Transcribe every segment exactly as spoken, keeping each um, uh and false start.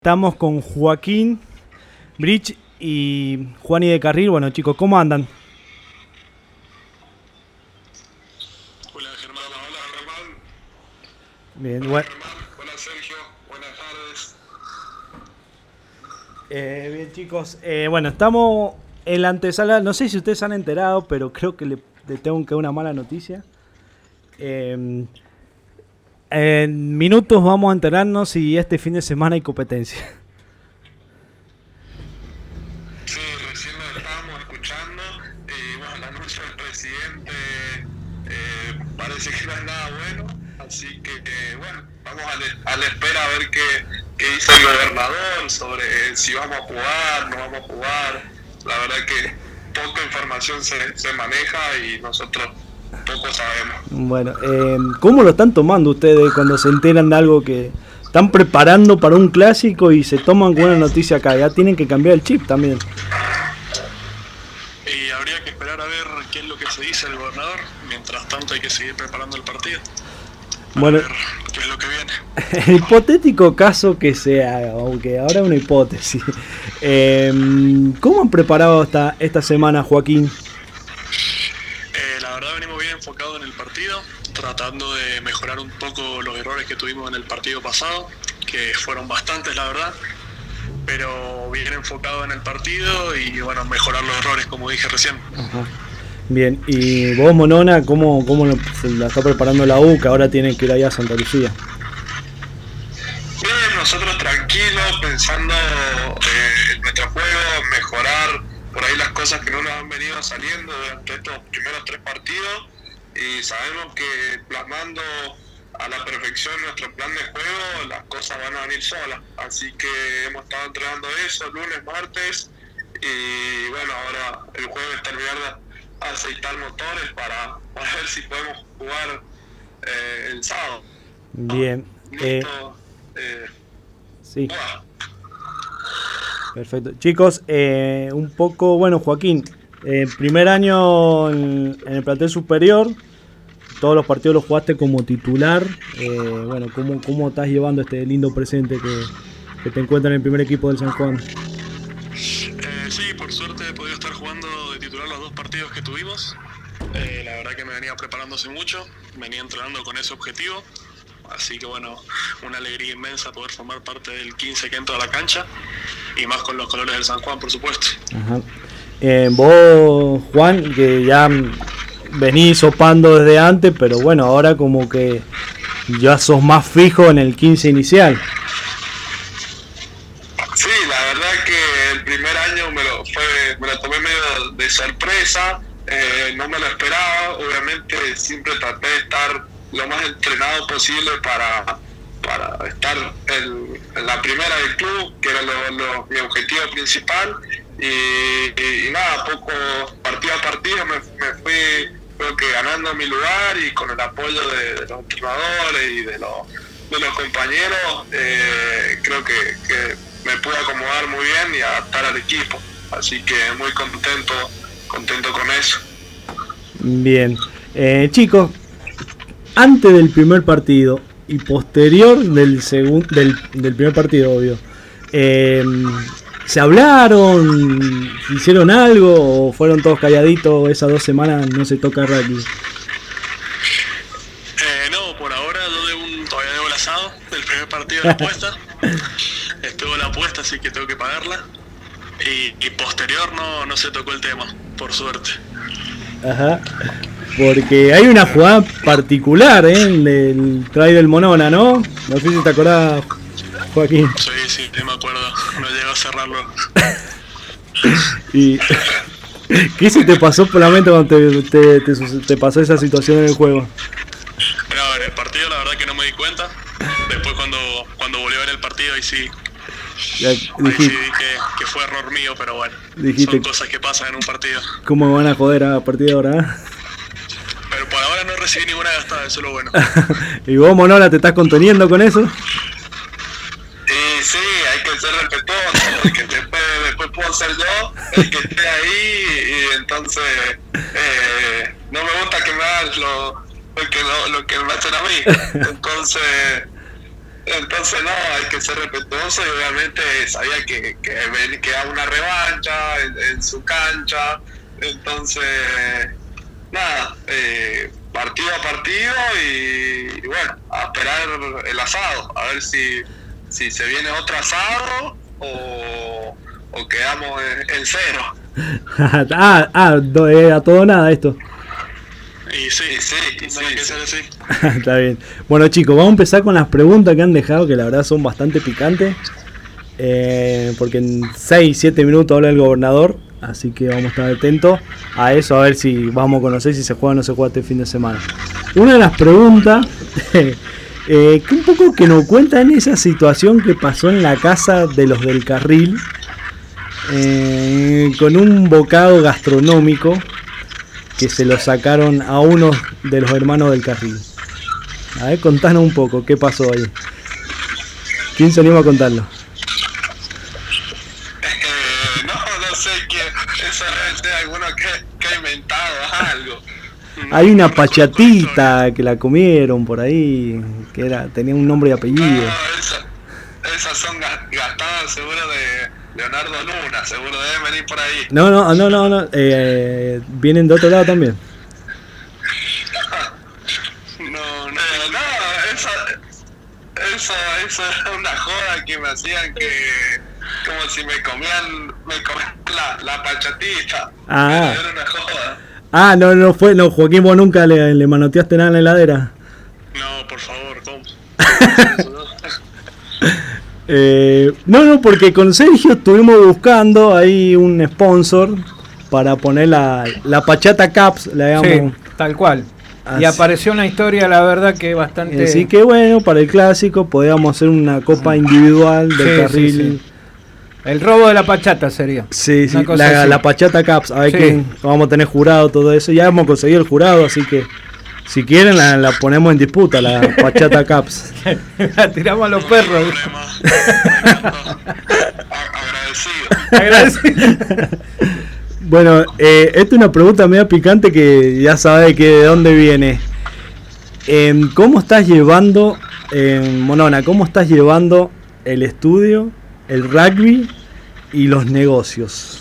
Estamos con Joaquín Bridge y Juani de Carril. Bueno, chicos, ¿cómo andan? Hola Germán, hola Germán. Bien, Hola bueno. Germán, hola Sergio, buenas tardes. Eh, bien, chicos. Eh, bueno, estamos en la antesala. No sé si ustedes se han enterado, pero creo que le, le tengo que dar una mala noticia. Eh, en minutos vamos a enterarnos si este fin de semana hay competencia. Sí, recién lo estábamos escuchando y bueno, el anuncio del presidente eh, parece que no es nada bueno, así que eh, bueno, vamos a, le, a la espera a ver qué, qué dice el gobernador sobre si vamos a jugar, no vamos a jugar. La verdad que poca información se, se maneja y nosotros poco sabemos. Bueno, eh, ¿cómo lo están tomando ustedes cuando se enteran de algo que están preparando para un clásico y se toman con una noticia acá? Ya tienen que cambiar el chip también. Y habría que esperar a ver qué es lo que se dice el gobernador. Mientras tanto hay que seguir preparando el partido. Para Bueno, ver qué es lo que viene. el hipotético caso que se haga, aunque ahora es una hipótesis. Eh, ¿Cómo han preparado esta, esta semana, Joaquín? Eh, la verdad venimos bien enfocados en el partido, tratando de mejorar un poco los errores que tuvimos en el partido pasado, que fueron bastantes la verdad, pero bien enfocado en el partido y bueno, mejorar los errores como dije recién. Ajá. Bien, y vos, Monona, ¿cómo, cómo lo, se la está preparando la U, que ahora tienen que ir allá a Santa Lucía? Bien, nosotros tranquilos, pensando eh, en nuestro juego, mejorar por ahí las cosas que no nos han venido saliendo durante estos primeros tres partidos, y sabemos que plasmando a la perfección nuestro plan de juego, las cosas van a venir solas. Así que hemos estado entrenando eso lunes, martes, y bueno, ahora el jueves terminar de aceitar motores para, para ver si podemos jugar eh, el sábado. Bien. Eh, Listo. Eh, sí. wow. Perfecto. Chicos, eh, un poco, bueno, Joaquín, eh, primer año en, en el plantel superior, todos los partidos los jugaste como titular. Eh, bueno, ¿cómo, ¿cómo estás llevando este lindo presente que, que te encuentra en el primer equipo del San Juan? Eh, sí, por suerte he podido estar jugando de titular los dos partidos que tuvimos. Eh, la verdad que me venía preparando hace mucho, venía entrenando con ese objetivo. Así que bueno, una alegría inmensa poder formar parte del quince que entra a la cancha y más con los colores del San Juan, por supuesto. Ajá. Eh, vos, Juan, que ya venís sopando desde antes, pero bueno, ahora como que ya sos más fijo en el quince inicial. Sí, la verdad que el primer año me lo, fue, me lo tomé medio de sorpresa, eh, no me lo esperaba, obviamente siempre traté de estar lo más entrenado posible para, para estar en, en la primera del club, que era lo, lo, mi objetivo principal, y, y, y nada, poco partido a partido me, me fui creo que ganando mi lugar, y con el apoyo de, de los entrenadores y de los, de los compañeros, eh, creo que, que me pude acomodar muy bien y adaptar al equipo, así que muy contento, contento con eso. Bien, eh, chicos, antes del primer partido y posterior del segundo del, del primer partido, obvio, eh, ¿se hablaron? ¿Hicieron algo? ¿O fueron todos calladitos esas dos semanas? No se toca rugby. Eh, no, por ahora yo debo un, todavía debo el asado del primer partido de la apuesta. Estuvo la apuesta, así que tengo que pagarla. Y, y posterior no, no se tocó el tema, por suerte. Ajá. Porque hay una jugada particular, ¿eh? Del try del Monona, ¿no? No sé si te acordás, Joaquín. Sí, sí, sí me acuerdo. No llego a cerrarlo. Y ¿qué se te pasó por la mente cuando te, te, te, te pasó esa situación en el juego? No, en el partido la verdad que no me di cuenta. Después cuando, cuando volví a ver el partido, ahí sí, Ya, ahí sí dijiste, dije que fue error mío, pero bueno, dijiste, son cosas que pasan en un partido. ¿cómo me van a joder a partir de ahora? ¿Eh? Pero por ahora no recibí ninguna gastada, eso es lo bueno. ¿Y vos, Monola, te estás conteniendo con eso? Y sí, hay que ser respetuoso, porque después, después puedo ser yo el que esté ahí, y entonces eh, no me gusta que me hagan lo, lo, que, lo, lo que me hacen a mí. Entonces, Entonces no, hay que ser respetuoso y obviamente sabía que, que, que era una revancha en, en su cancha. Entonces, nada, eh, partido a partido y, y bueno, a esperar el asado, a ver si, si se viene otro asado o, o quedamos en, en cero. ah, ah do, eh, a todo nada esto. Y sí, y sí, y sí, que ser así. Está bien. Bueno, chicos, vamos a empezar con las preguntas que han dejado, que la verdad son bastante picantes. Eh, porque en seis siete minutos habla el gobernador. Así que vamos a estar atentos a eso, a ver si vamos a conocer si se juega o no se juega este fin de semana. Una de las preguntas, eh, que un poco que nos cuentan esa situación que pasó en la casa de los del Carril, eh, con un bocado gastronómico que se lo sacaron a uno de los hermanos del Carril. A ver, contanos un poco, ¿qué pasó ahí? ¿Quién se anima a contarlo? Eh, no, no sé quién, eso debe ser alguno que, que ha inventado algo. Hay una pachatita que la comieron por ahí, que era tenía un nombre y apellido. No, esa, esas son gastadas seguro de Leonardo Luna, seguro deben venir por ahí. No, no, no, no, no eh, vienen de otro lado también. no, no, no, eso, eso, eso era una joda que me hacían que, como si me comían, me comían la, la pachatita. Ah. Era una joda. Ah, no, no fue, no, Joaquín, vos nunca le, le manoteaste nada en la heladera. No, por favor, ¿cómo? eh, no, no, porque con Sergio estuvimos buscando ahí un sponsor para poner la, la Pachata Caps, la digamos. Sí, tal cual. Así. Y apareció una historia, la verdad, que bastante... Así que bueno, para el clásico podíamos hacer una copa individual del Sí, Carril. sí, sí. El robo de la pachata sería. Sí, sí, Una la, así. la Pachata Caps, a ver Sí. que vamos a tener jurado, todo eso. Ya hemos conseguido el jurado, así que si quieren la, la ponemos en disputa, la Pachata Caps. La tiramos a los perros. Agradecido. Agradecido. Bueno, eh, esta es una pregunta media picante que ya sabes que de dónde viene. Eh, ¿Cómo estás llevando, eh, Monona, cómo estás llevando el estudio, el rugby y los negocios?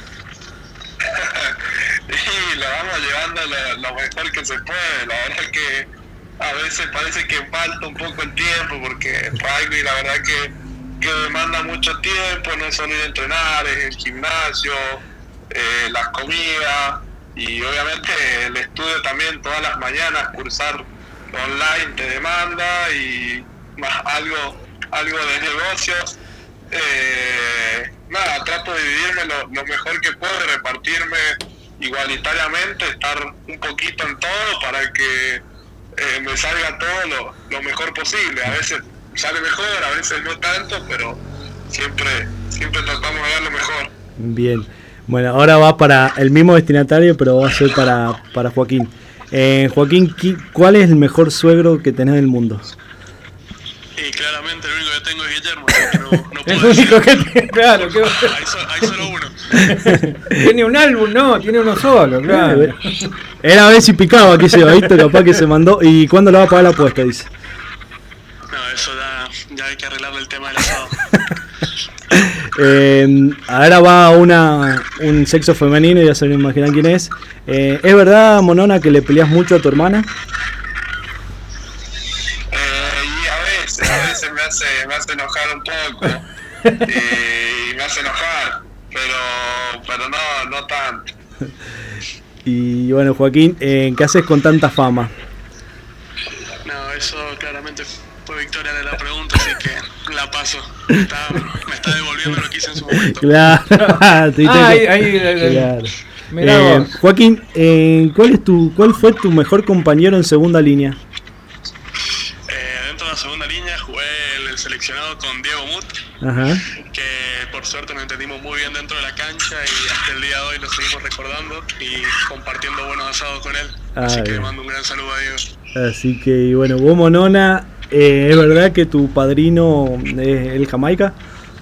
Y lo vamos llevando lo, lo mejor que se puede. La verdad que a veces parece que falta un poco el tiempo porque el rugby la verdad que, que demanda mucho tiempo, no es solo ir a entrenar, es el gimnasio, eh, las comidas y obviamente el estudio también todas las mañanas, cursar online te demanda y más algo, algo de negocios. Eh, nada, trato de dividirme lo, lo mejor que puedo, repartirme igualitariamente, estar un poquito en todo para que eh, me salga todo lo, lo mejor posible. A veces sale mejor, a veces no tanto, pero siempre siempre tratamos de dar lo mejor. Bien, bueno, ahora va para el mismo destinatario, pero va a ser para, para Joaquín. Eh, Joaquín, ¿cuál es el mejor suegro que tenés del mundo? Y claramente el único que tengo es Guillermo, así que no, no El puedo único decir. que tiene, claro, que... Hay, so, hay solo uno. Tiene un álbum, no, tiene uno solo, claro. Era a ver si picaba, qué sé yo, ¿viste? Capaz que se mandó. ¿Y cuándo le va a pagar la apuesta? Dice. No, eso ya, ya hay que arreglarle el tema del asado. eh, ahora va una un sexo femenino, ya se lo imaginan quién es. Eh, ¿Es verdad, Monona, que le peleas mucho a tu hermana? A veces me hace, me hace enojar un poco y me hace enojar, pero, pero no, no tanto. Y bueno, Joaquín, eh, ¿qué haces con tanta fama? No, eso claramente fue Victoria de la pregunta, así que la paso. Está, me está devolviendo lo que hice en su momento. Claro, Ah, ahí, ahí, ahí, claro. Mirá Eh, vos. Joaquín, eh, ¿cuál es tu, cuál fue tu mejor compañero en segunda línea? La segunda línea jugué el, el seleccionado con Diego Mut, Ajá. que por suerte nos entendimos muy bien dentro de la cancha y hasta el día de hoy lo seguimos recordando y compartiendo buenos asados con él. Ah, así que bien. le mando un gran saludo a Diego. Así que bueno, vos, Monona, eh, ¿es verdad que tu padrino es el Jamaica?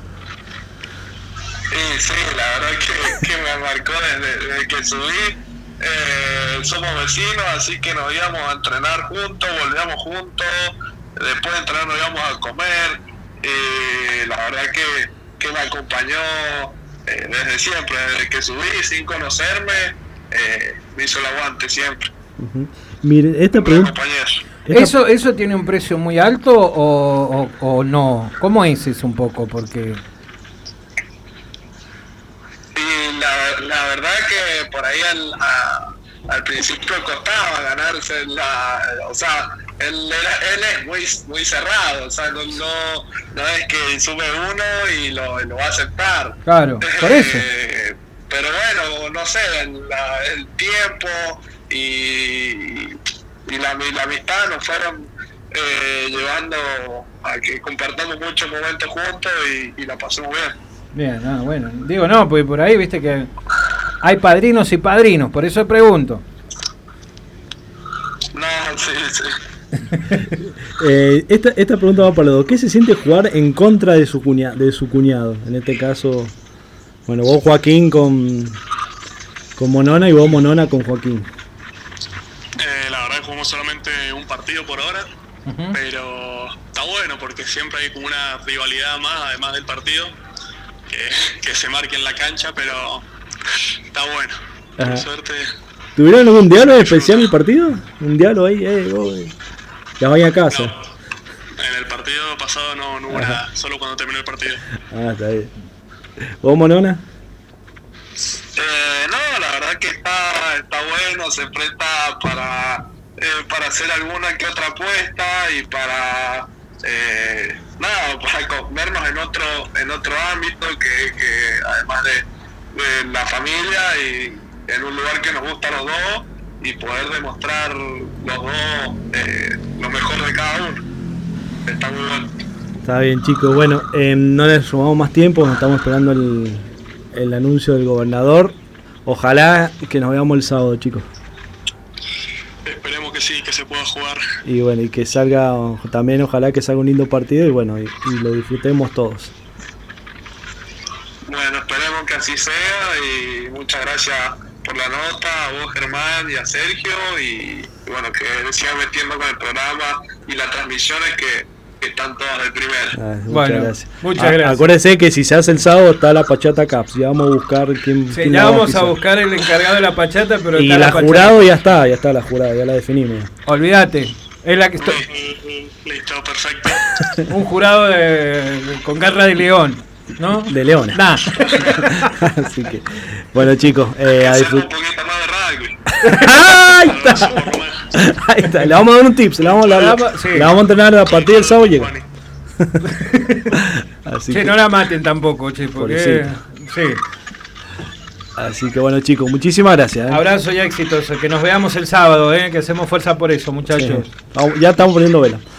Sí, sí, la verdad que, que me marcó desde, desde que subí. Eh, somos vecinos, así que nos íbamos a entrenar juntos, volvíamos juntos. después de entrenar nos íbamos a comer, y la verdad que, que me acompañó eh, desde siempre, desde que subí sin conocerme, eh, me hizo el aguante siempre. Uh-huh. Mire, esta pregunta... Esta... ¿Eso, ¿Eso tiene un precio muy alto o, o, o no? ¿Cómo es eso un poco? Porque... Y la, la verdad que por ahí al, a, al principio costaba ganarse la... O sea, él, era, él es muy muy cerrado, o sea, no, no, no es que sube uno y lo, lo va a aceptar. Claro, por eso. Eh, pero bueno, no sé, la, el tiempo y, y la, la amistad nos fueron eh, llevando a que compartamos muchos momentos juntos y, y la pasamos bien. Bien, ah, bueno, digo no, porque por ahí viste que hay padrinos y padrinos, por eso pregunto. No, sí, sí. eh, esta, esta pregunta va para los dos. ¿Qué se siente jugar en contra de su, cuña, de su cuñado? En este caso, bueno, vos Joaquín con, con Monona y vos Monona con Joaquín. Eh, la verdad que jugamos solamente un partido por hora, uh-huh. pero está bueno porque siempre hay como una rivalidad más, además del partido, que, que se marque en la cancha, pero está bueno. Por suerte. ¿Tuvieron algún diálogo especial en el partido? ¿Un diálogo ahí? Eh, oh, ya vaya a casa. No, en el partido pasado no, no hubo Ajá. nada, solo cuando terminó el partido. Ah, está bien. ¿Vos, Monona? Eh, no, la verdad que está, está bueno, se presta para, eh, para hacer alguna que otra apuesta y para... Eh, nada, para vernos en otro en otro ámbito que, que además de, de la familia y en un lugar que nos gusta a los dos y poder demostrar los dos eh, lo mejor de cada uno. Está muy bueno. Está bien, chicos. Bueno, eh, no les robamos más tiempo, nos estamos esperando el, el anuncio del gobernador. Ojalá que nos veamos el sábado, chicos. Esperemos que sí, que se pueda jugar. Y bueno, y que salga, también ojalá que salga un lindo partido y bueno, y, y lo disfrutemos todos. Bueno, esperemos que así sea y muchas gracias por la nota, a vos Germán y a Sergio y, y bueno, que sigan metiendo con el programa y las transmisiones que, que están todas de primera. Ah, muchas bueno, gracias. Muchas ah, gracias. Acuérdense que si se hace el sábado está la Pachata Caps, ya vamos a buscar quién, sí, quién ya la vamos va a, a buscar el encargado de la Pachata, pero y está la, la jurado ya está, ya está la jurada, ya la definimos. Olvídate. Es la que estoy... Listo, perfecto. Un jurado de, con garra de león, ¿no? De leones. Nah. Así que, bueno chicos, eh, a disfrutar. Un poquito más de rugby. Ahí está. Ahí está. Le vamos a dar un tips, le vamos, la, la, sí. le vamos a entrenar a partir del sábado y llega. Así che, que, no la maten tampoco, che, porque... Sí. Así que bueno chicos, muchísimas gracias. ¿eh? Abrazo y éxitos, que nos veamos el sábado, ¿eh? Que hacemos fuerza por eso, muchachos. Sí. Ya estamos poniendo vela.